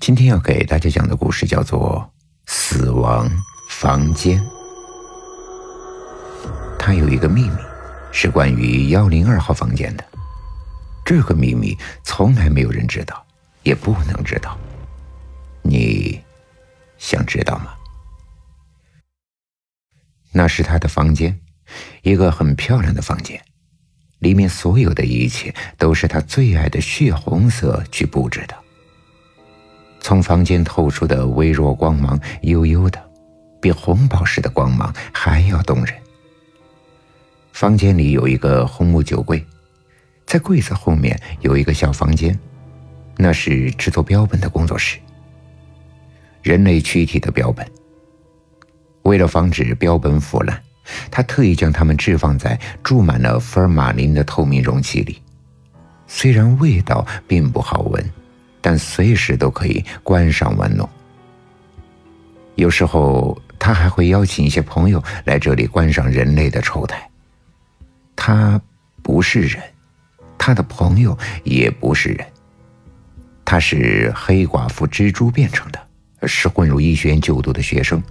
今天要给大家讲的故事叫做《死亡房间》。它有一个秘密，是关于102号房间的。这个秘密从来没有人知道，也不能知道。你想知道吗？那是他的房间，一个很漂亮的房间，里面所有的一切都是他最爱的血红色去布置的。从房间透出的微弱光芒悠悠的，比红宝石的光芒还要动人。房间里有一个红木酒柜，在柜子后面有一个小房间，那是制作标本的工作室。人类躯体的标本，为了防止标本腐烂，他特意将它们置放在注满了福尔马林的透明容器里。虽然味道并不好闻，但随时都可以观赏玩弄。有时候他还会邀请一些朋友来这里观赏人类的丑态。他不是人，他的朋友也不是人，他是黑寡妇蜘蛛变成的，是混入医学院就读的学生。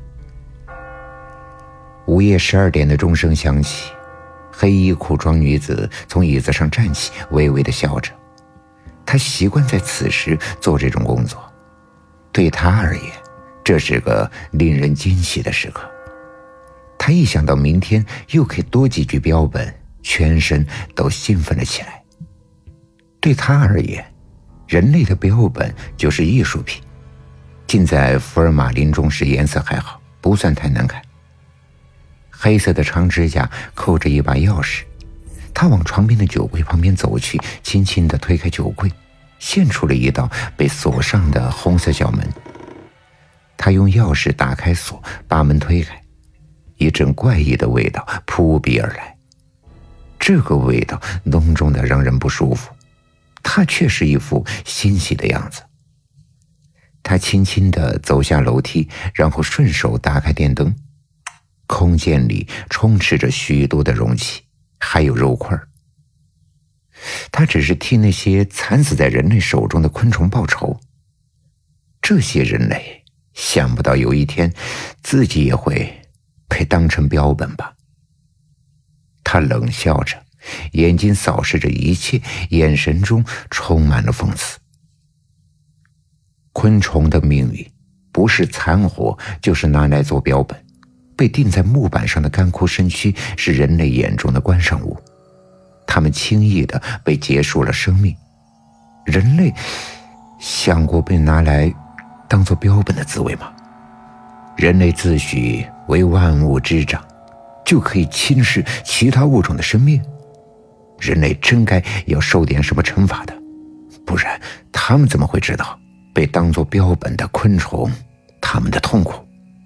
午夜12点的钟声响起，黑衣裤装女子从椅子上站起，微微地笑着。她习惯在此时做这种工作，对她而言，这是个令人惊喜的时刻。她一想到明天又可以多几具标本，全身都兴奋了起来。对她而言，人类的标本就是艺术品，浸在福尔马林中时颜色还好，不算太难看。黑色的长指甲扣着一把钥匙，他往床边的酒柜旁边走去，轻轻地推开酒柜，现出了一道被锁上的红色小门。他用钥匙打开锁，把门推开，一阵怪异的味道扑鼻而来。这个味道浓重的让人不舒服，他却是一副欣喜的样子。他轻轻地走下楼梯，然后顺手打开电灯。空间里充斥着许多的容器，还有肉块。他只是替那些惨死在人类手中的昆虫报仇。这些人类想不到有一天自己也会被当成标本吧。他冷笑着，眼睛扫视着一切，眼神中充满了讽刺。昆虫的命运不是残活，就是拿来做标本。被钉在木板上的干枯身躯是人类眼中的观赏物，他们轻易地被结束了生命。人类想过被拿来当作标本的滋味吗？人类自诩为万物之长，就可以轻视其他物种的生命？人类真该要受点什么惩罚的，不然他们怎么会知道被当作标本的昆虫他们的痛苦？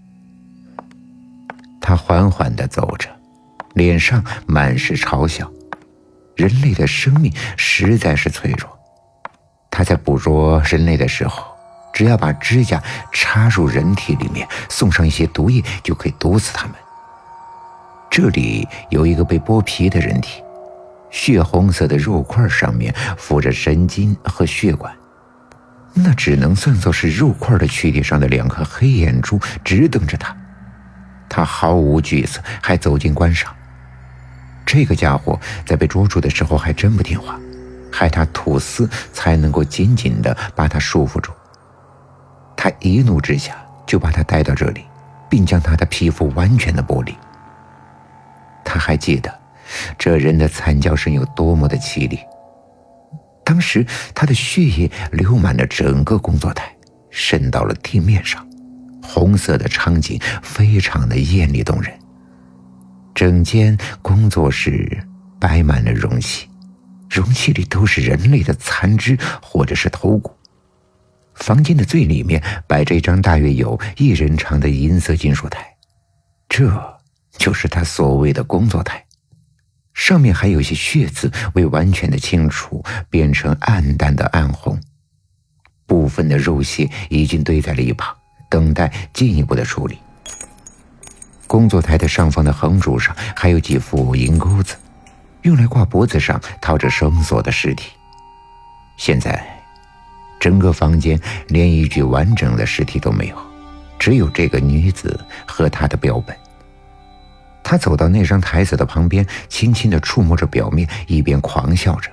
他缓缓地走着，脸上满是嘲笑。人类的生命实在是脆弱。他在捕捉人类的时候，只要把指甲插入人体里面，送上一些毒液，就可以毒死他们。这里有一个被剥皮的人体，血红色的肉块上面附着神经和血管，那只能算作是肉块的躯体上的2颗黑眼珠直瞪着他。他毫无惧色，还走近观赏。这个家伙在被捉住的时候还真不听话，害他吐丝才能够紧紧地把他束缚住。他一怒之下就把他带到这里，并将他的皮肤完全的剥离。他还记得这人的惨叫声有多么的凄厉。当时他的血液流满了整个工作台，渗到了地面上。红色的场景非常的艳丽动人，整间工作室摆满了容器，容器里都是人类的残肢或者是头骨。房间的最里面摆着一张大约有1人长的银色金属台，这就是他所谓的工作台。上面还有些血渍未完全的清除，变成暗淡的暗红。部分的肉屑已经堆在了一旁，等待进一步的处理。工作台的上方的横柱上还有几副银钩子，用来挂脖子上套着绳索的尸体。现在整个房间连一具完整的尸体都没有，只有这个女子和她的标本。他走到那张台子的旁边，轻轻地触摸着表面，一边狂笑着。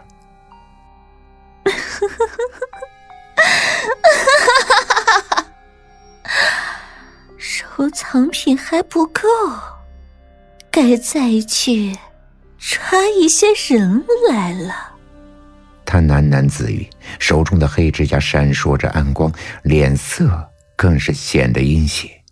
收藏品还不够，该再去抓一些人来了。 他喃喃自语，手中的黑指甲闪烁着暗光，脸色更是显得阴邪。